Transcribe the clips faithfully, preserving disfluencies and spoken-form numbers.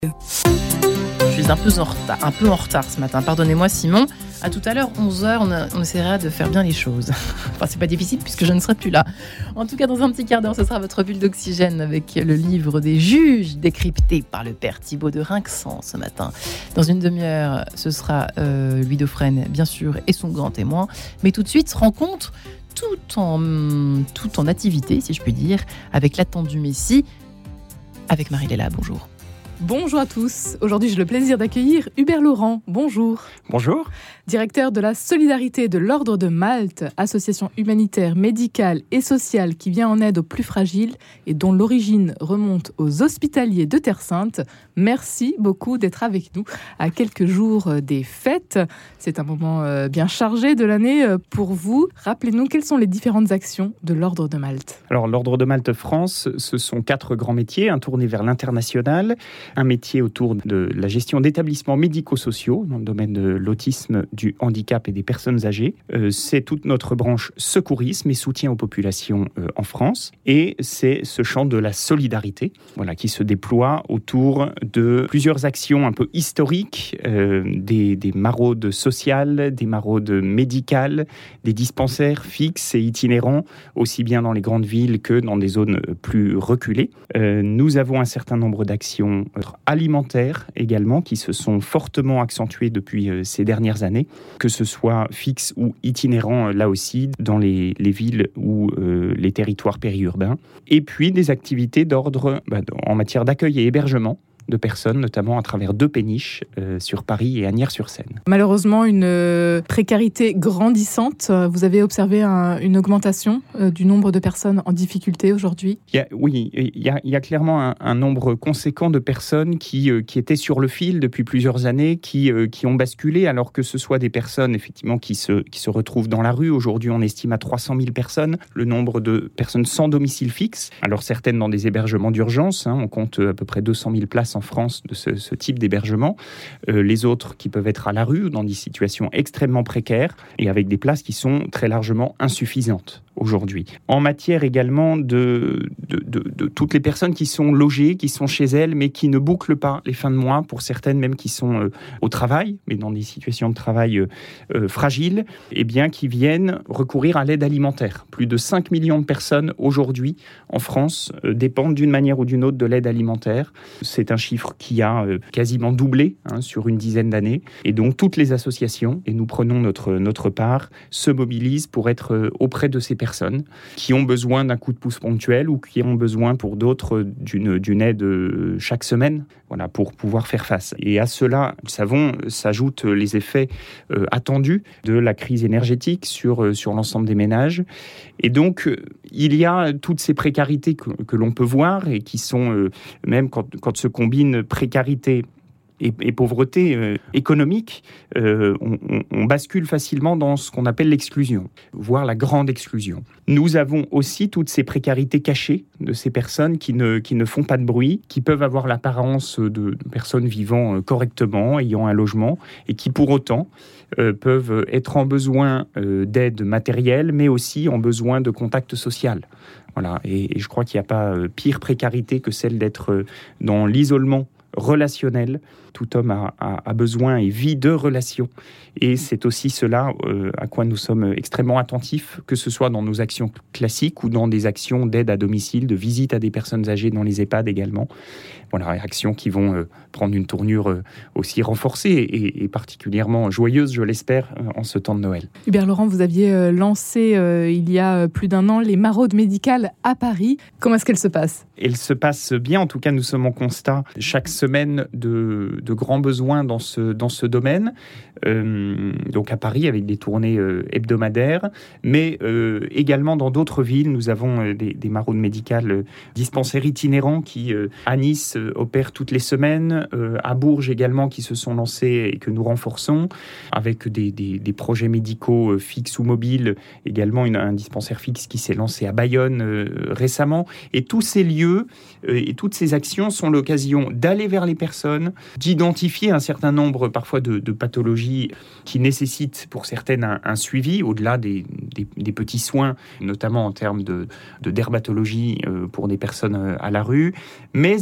Je suis un peu en retard, un peu en retard ce matin. Pardonnez-moi Simon. À tout à l'heure, onze heures, on, a, on essaiera de faire bien les choses. Enfin, c'est pas difficile puisque je ne serai plus là. En tout cas, dans un petit quart d'heure, ce sera votre bulle d'oxygène avec le livre des juges décrypté par le père Thibaut de Rinxan ce matin. Dans une demi-heure, ce sera euh, Louis Dauphren, bien sûr, et son grand témoin. Mais tout de suite, rencontre tout en, tout en activité, si je puis dire, avec l'attendu Messie, avec Marie-Léla. Bonjour. Bonjour à tous. Aujourd'hui, j'ai le plaisir d'accueillir Hubert Laurent. Bonjour. Bonjour. Directeur de la Solidarité de l'Ordre de Malte, association humanitaire, médicale et sociale qui vient en aide aux plus fragiles et dont l'origine remonte aux hospitaliers de Terre Sainte. Merci beaucoup d'être avec nous à quelques jours des fêtes. C'est un moment bien chargé de l'année pour vous. Rappelez-nous quelles sont les différentes actions de l'Ordre de Malte. Alors, l'Ordre de Malte France, ce sont quatre grands métiers, un tourné vers l'international, un métier autour de la gestion d'établissements médico-sociaux dans le domaine de l'autisme, du handicap et des personnes âgées. Euh, c'est toute notre branche secourisme et soutien aux populations euh, en France. Et c'est ce champ de la solidarité, voilà, qui se déploie autour de plusieurs actions un peu historiques, euh, des, des maraudes sociales, des maraudes médicales, des dispensaires fixes et itinérants, aussi bien dans les grandes villes que dans des zones plus reculées. Euh, nous avons un certain nombre d'actions alimentaires également qui se sont fortement accentuées depuis euh, ces dernières années, que ce soit fixe ou itinérant là aussi dans les, les villes ou euh, les territoires périurbains. Et puis des activités d'ordre bah, en matière d'accueil et hébergement de personnes, notamment à travers deux péniches euh, sur Paris et Asnières-sur-Seine. Malheureusement, une euh, précarité grandissante. Vous avez observé un, une augmentation euh, du nombre de personnes en difficulté aujourd'hui ? il y a, Oui, il y, a, il y a clairement un, un nombre conséquent de personnes qui, euh, qui étaient sur le fil depuis plusieurs années, qui, euh, qui ont basculé, alors que ce soit des personnes effectivement qui se, qui se retrouvent dans la rue. Aujourd'hui, on estime à trois cent mille personnes le nombre de personnes sans domicile fixe. Alors certaines dans des hébergements d'urgence, hein, on compte à peu près deux cent mille places en France de ce, ce type d'hébergement. Euh, les autres qui peuvent être à la rue ou dans des situations extrêmement précaires et avec des places qui sont très largement insuffisantes aujourd'hui. En matière également de, de, de, de toutes les personnes qui sont logées, qui sont chez elles, mais qui ne bouclent pas les fins de mois, pour certaines même qui sont euh, au travail, mais dans des situations de travail euh, euh, fragiles, et bien qui viennent recourir à l'aide alimentaire. Plus de cinq millions de personnes aujourd'hui en France euh, dépendent d'une manière ou d'une autre de l'aide alimentaire. C'est un chiffre qui a euh, quasiment doublé hein, sur une dizaine d'années. Et donc toutes les associations, et nous prenons notre, notre part, se mobilisent pour être euh, auprès de ces personnes qui ont besoin d'un coup de pouce ponctuel ou qui ont besoin pour d'autres d'une, d'une aide chaque semaine, voilà, pour pouvoir faire face. Et à cela, nous savons, s'ajoutent les effets euh, attendus de la crise énergétique sur, euh, sur l'ensemble des ménages. Et donc, euh, il y a toutes ces précarités que, que l'on peut voir et qui sont, euh, même quand, quand se combinent précarité Et, et pauvreté euh, économique, euh, on, on, on bascule facilement dans ce qu'on appelle l'exclusion, voire la grande exclusion. Nous avons aussi toutes ces précarités cachées de ces personnes qui ne, qui ne font pas de bruit, qui peuvent avoir l'apparence de, de personnes vivant correctement, ayant un logement, et qui pour autant euh, peuvent être en besoin euh, d'aide matérielle, mais aussi en besoin de contact social. Voilà. Et, et je crois qu'il n'y a pas pire précarité que celle d'être dans l'isolement relationnel. Tout homme a, a, a besoin et vit de relations. Et c'est aussi cela euh, à quoi nous sommes extrêmement attentifs, que ce soit dans nos actions classiques ou dans des actions d'aide à domicile, de visite à des personnes âgées dans les EHPAD également. Voilà, actions qui vont euh, prendre une tournure euh, aussi renforcée et, et particulièrement joyeuse, je l'espère, euh, en ce temps de Noël. Hubert Laurent, vous aviez euh, lancé euh, il y a plus d'un an les maraudes médicales à Paris. Comment est-ce qu'elles se passent ? Elles se passent bien. En tout cas, nous sommes en constat chaque semaine de, de grands besoins dans ce, dans ce domaine. Euh, donc à Paris, avec des tournées euh, hebdomadaires, mais euh, également dans d'autres villes. Nous avons euh, des, des maraudes médicales euh, dispensaires itinérants qui, euh, à Nice, euh, opèrent toutes les semaines, euh, à Bourges également, qui se sont lancés et que nous renforçons, avec des, des, des projets médicaux euh, fixes ou mobiles, également une, un dispensaire fixe qui s'est lancé à Bayonne euh, récemment. Et tous ces lieux euh, et toutes ces actions sont l'occasion d'aller vers les personnes, d'identifier un certain nombre parfois de, de pathologies qui nécessitent pour certaines un, un suivi, au-delà des, des, des petits soins, notamment en termes de, de dermatologie euh, pour des personnes euh, à la rue, mais également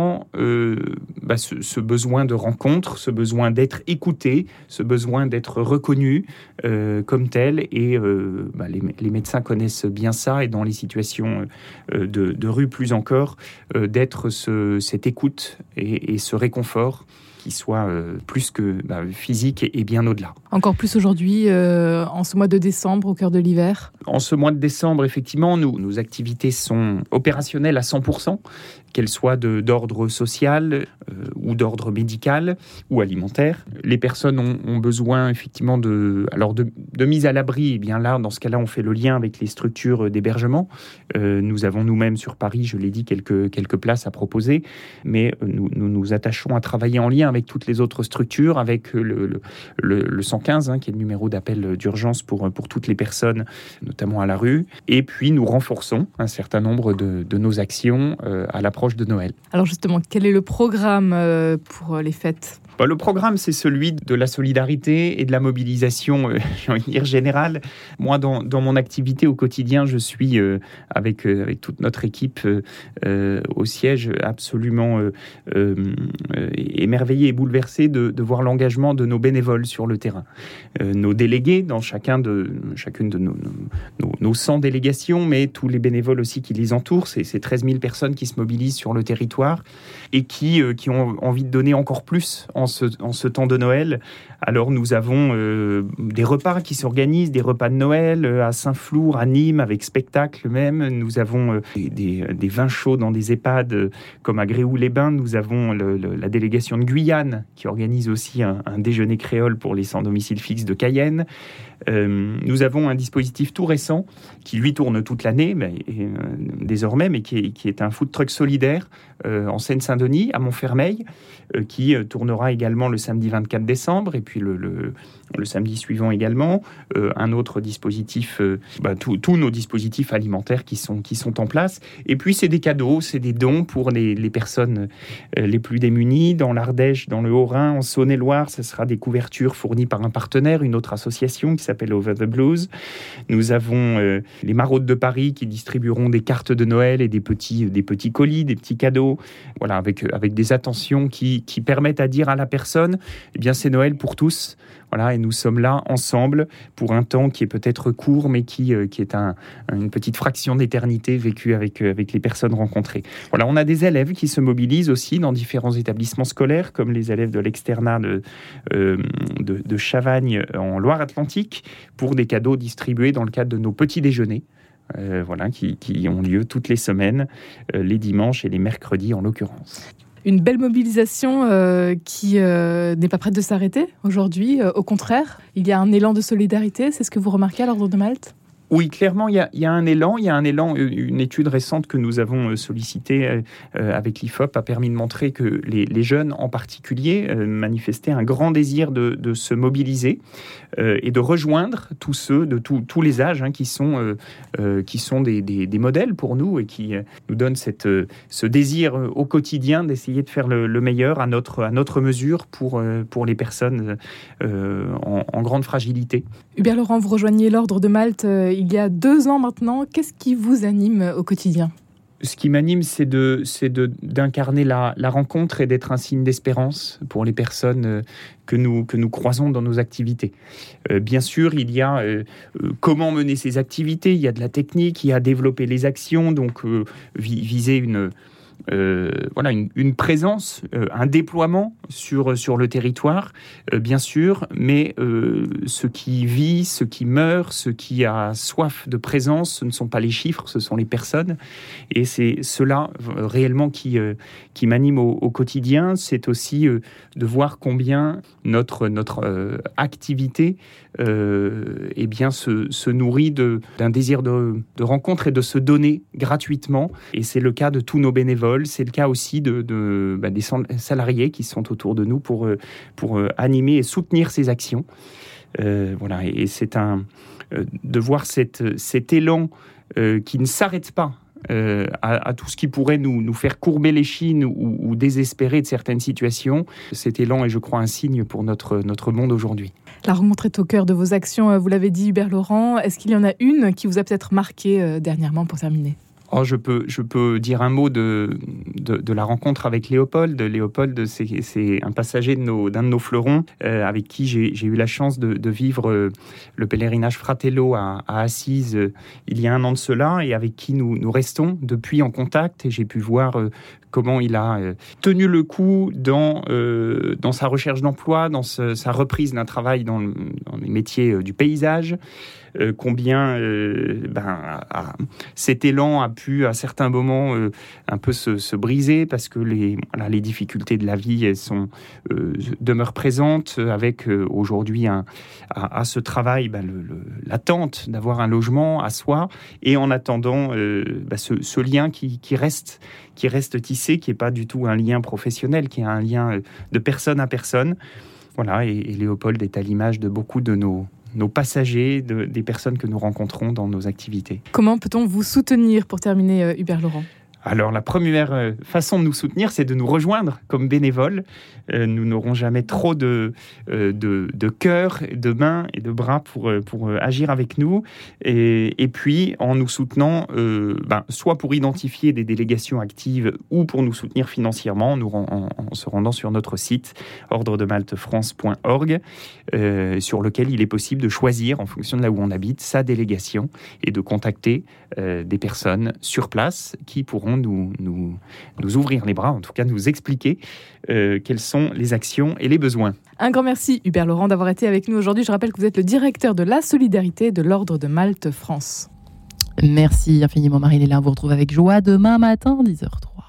également euh, bah, ce, ce besoin de rencontre, ce besoin d'être écouté, ce besoin d'être reconnu euh, comme tel. Et euh, bah, les, les médecins connaissent bien ça, et dans les situations euh, de, de rue plus encore, euh, d'être ce, cette écoute et, et ce réconfort qui soit euh, plus que bah, physique et, et bien au-delà. Encore plus aujourd'hui, euh, en ce mois de décembre, au cœur de l'hiver. En ce mois de décembre, effectivement, nous, nos activités sont opérationnelles à cent pour cent, qu'elles soient de, d'ordre social euh, ou d'ordre médical ou alimentaire. Les personnes ont, ont besoin effectivement de, alors de, de mise à l'abri. Et bien là, dans ce cas-là, on fait le lien avec les structures d'hébergement. Euh, nous avons nous-mêmes sur Paris, je l'ai dit, quelques, quelques places à proposer, mais nous, nous nous attachons à travailler en lien avec toutes les autres structures, avec le, le, le, le cent quinze, hein, qui est le numéro d'appel d'urgence pour, pour toutes les personnes, notamment à la rue. Et puis, nous renforçons un certain nombre de, de nos actions euh, à l'approche de Noël. Alors justement, quel est le programme euh, pour les fêtes ? Bah, le programme, c'est celui de la solidarité et de la mobilisation, euh, j'ai envie de dire, générale. Moi, dans, dans mon activité au quotidien, je suis, euh, avec, euh, avec toute notre équipe euh, euh, au siège, absolument euh, euh, émerveillé et bouleversé de, de voir l'engagement de nos bénévoles sur le terrain. Euh, nos délégués, dans chacun de, chacune de nos, nos, nos cent délégations, mais tous les bénévoles aussi qui les entourent, c'est ces treize mille personnes qui se mobilisent sur le territoire et qui, euh, qui ont envie de donner encore plus en ce, en ce temps de Noël. Alors nous avons euh, des repas qui s'organisent, des repas de Noël euh, à Saint-Flour, à Nîmes, avec spectacle même. Nous avons euh, des, des, des vins chauds dans des EHPAD euh, comme à Gréoux-les-Bains. Nous avons le, le, la délégation de Guyane qui organise aussi un, un déjeuner créole pour les sans domicile fixe de Cayenne. Euh, nous avons un dispositif tout récent qui lui tourne toute l'année mais, et, euh, désormais, mais qui est, qui est un food truck solidaire euh, en Seine-Saint-Denis, à Montfermeil, euh, qui euh, tournera également le samedi vingt-quatre décembre et puis le, le, le samedi suivant également. Euh, un autre dispositif, euh, bah, tous nos dispositifs alimentaires qui sont, qui sont en place. Et puis c'est des cadeaux, c'est des dons pour les, les personnes euh, les plus démunies. Dans l'Ardèche, dans le Haut-Rhin, en Saône-et-Loire, ce sera des couvertures fournies par un partenaire, une autre association qui s'appelle Over the Blues. Nous avons euh, les Maraudes de Paris qui distribueront des cartes de Noël et des petits, des petits colis, des petits cadeaux, voilà, avec, avec des attentions qui, qui permettent à dire à la personne, eh bien c'est Noël pour tous. Voilà, et nous sommes là ensemble pour un temps qui est peut-être court, mais qui, euh, qui est un, une petite fraction d'éternité vécue avec, euh, avec les personnes rencontrées. Voilà, on a des élèves qui se mobilisent aussi dans différents établissements scolaires, comme les élèves de l'externat de, euh, de, de Chavagne en Loire-Atlantique, pour des cadeaux distribués dans le cadre de nos petits déjeuners. Euh, voilà, qui, qui ont lieu toutes les semaines, euh, les dimanches et les mercredis en l'occurrence. Une belle mobilisation euh, qui euh, n'est pas prête de s'arrêter aujourd'hui. Euh, au contraire, il y a un élan de solidarité. C'est ce que vous remarquez à l'Ordre de Malte ? Oui, clairement, il y, a, il y a un élan. Il y a un élan. Une étude récente que nous avons sollicitée euh, avec l'I F O P a permis de montrer que les, les jeunes, en particulier, euh, manifestaient un grand désir de, de se mobiliser euh, et de rejoindre tous ceux de tout, tous les âges hein, qui sont, euh, euh, qui sont des, des, des modèles pour nous et qui euh, nous donnent cette, euh, ce désir euh, au quotidien d'essayer de faire le, le meilleur à notre, à notre mesure pour, euh, pour les personnes euh, en, en grande fragilité. Hubert Laurent, vous rejoignez l'Ordre de Malte euh, il y a deux ans maintenant. Qu'est-ce qui vous anime au quotidien ? Ce qui m'anime, c'est, de, c'est de, d'incarner la, la rencontre et d'être un signe d'espérance pour les personnes que nous, que nous croisons dans nos activités. Euh, bien sûr, il y a euh, comment mener ces activités, il y a de la technique, il y a développer les actions, donc euh, viser une... Euh, voilà, une, une présence, euh, un déploiement sur, sur le territoire, euh, bien sûr, mais euh, ce qui vit, ce qui meurt, ce qui a soif de présence, ce ne sont pas les chiffres, ce sont les personnes. Et c'est cela euh, réellement qui, euh, qui m'anime au, au quotidien. C'est aussi euh, de voir combien notre, notre euh, activité euh, eh bien, se, se nourrit de, d'un désir de, de rencontre et de se donner gratuitement. Et c'est le cas de tous nos bénévoles. C'est le cas aussi de, de, bah, des salariés qui sont autour de nous pour, pour animer et soutenir ces actions. Euh, voilà, et c'est un, euh, de voir cette, cet élan euh, qui ne s'arrête pas euh, à, à tout ce qui pourrait nous, nous faire courber l'échine ou, ou désespérer de certaines situations. Cet élan est, je crois, un signe pour notre, notre monde aujourd'hui. La rencontre est au cœur de vos actions, vous l'avez dit, Hubert Laurent. Est-ce qu'il y en a une qui vous a peut-être marqué euh, dernièrement pour terminer ? Oh, je, peux, je peux dire un mot de, de, de la rencontre avec Léopold. Léopold, c'est, c'est un passager de nos, d'un de nos fleurons euh, avec qui j'ai, j'ai eu la chance de, de vivre euh, le pèlerinage Fratello à, à Assise euh, il y a un an de cela, et avec qui nous, nous restons depuis en contact. Et j'ai pu voir euh, comment il a euh, tenu le coup dans, euh, dans sa recherche d'emploi, dans ce, sa reprise d'un travail dans, le, dans les métiers euh, du paysage. Euh, combien euh, ben, à, à, cet élan a pu à certains moments euh, un peu se, se briser parce que les, voilà, les difficultés de la vie elles sont, euh, demeurent présentes avec euh, aujourd'hui un, à, à ce travail ben, le, le, l'attente d'avoir un logement à soi, et en attendant euh, ben, ce, ce lien qui, qui, reste, qui reste tissé, qui n'est pas du tout un lien professionnel, qui est un lien de personne à personne. Voilà, et, et Léopold est à l'image de beaucoup de nos nos passagers, de, des personnes que nous rencontrons dans nos activités. Comment peut-on vous soutenir pour terminer, euh, Hubert Laurent ? Alors, la première façon de nous soutenir, c'est de nous rejoindre comme bénévoles. Euh, nous n'aurons jamais trop de, euh, de, de cœur, de mains et de bras pour, pour agir avec nous. Et, et puis, en nous soutenant, euh, ben, soit pour identifier des délégations actives ou pour nous soutenir financièrement, nous, en, en, en se rendant sur notre site ordre de malte france point org, euh, sur lequel il est possible de choisir, en fonction de là où on habite, sa délégation et de contacter euh, des personnes sur place qui pourront Nous, nous, nous ouvrir les bras, en tout cas nous expliquer euh, quelles sont les actions et les besoins. Un grand merci Hubert Laurent d'avoir été avec nous aujourd'hui. Je rappelle que vous êtes le directeur de la solidarité de l'Ordre de Malte France. Merci infiniment Marie-Léla, on vous retrouve avec joie demain matin dix heures zéro trois.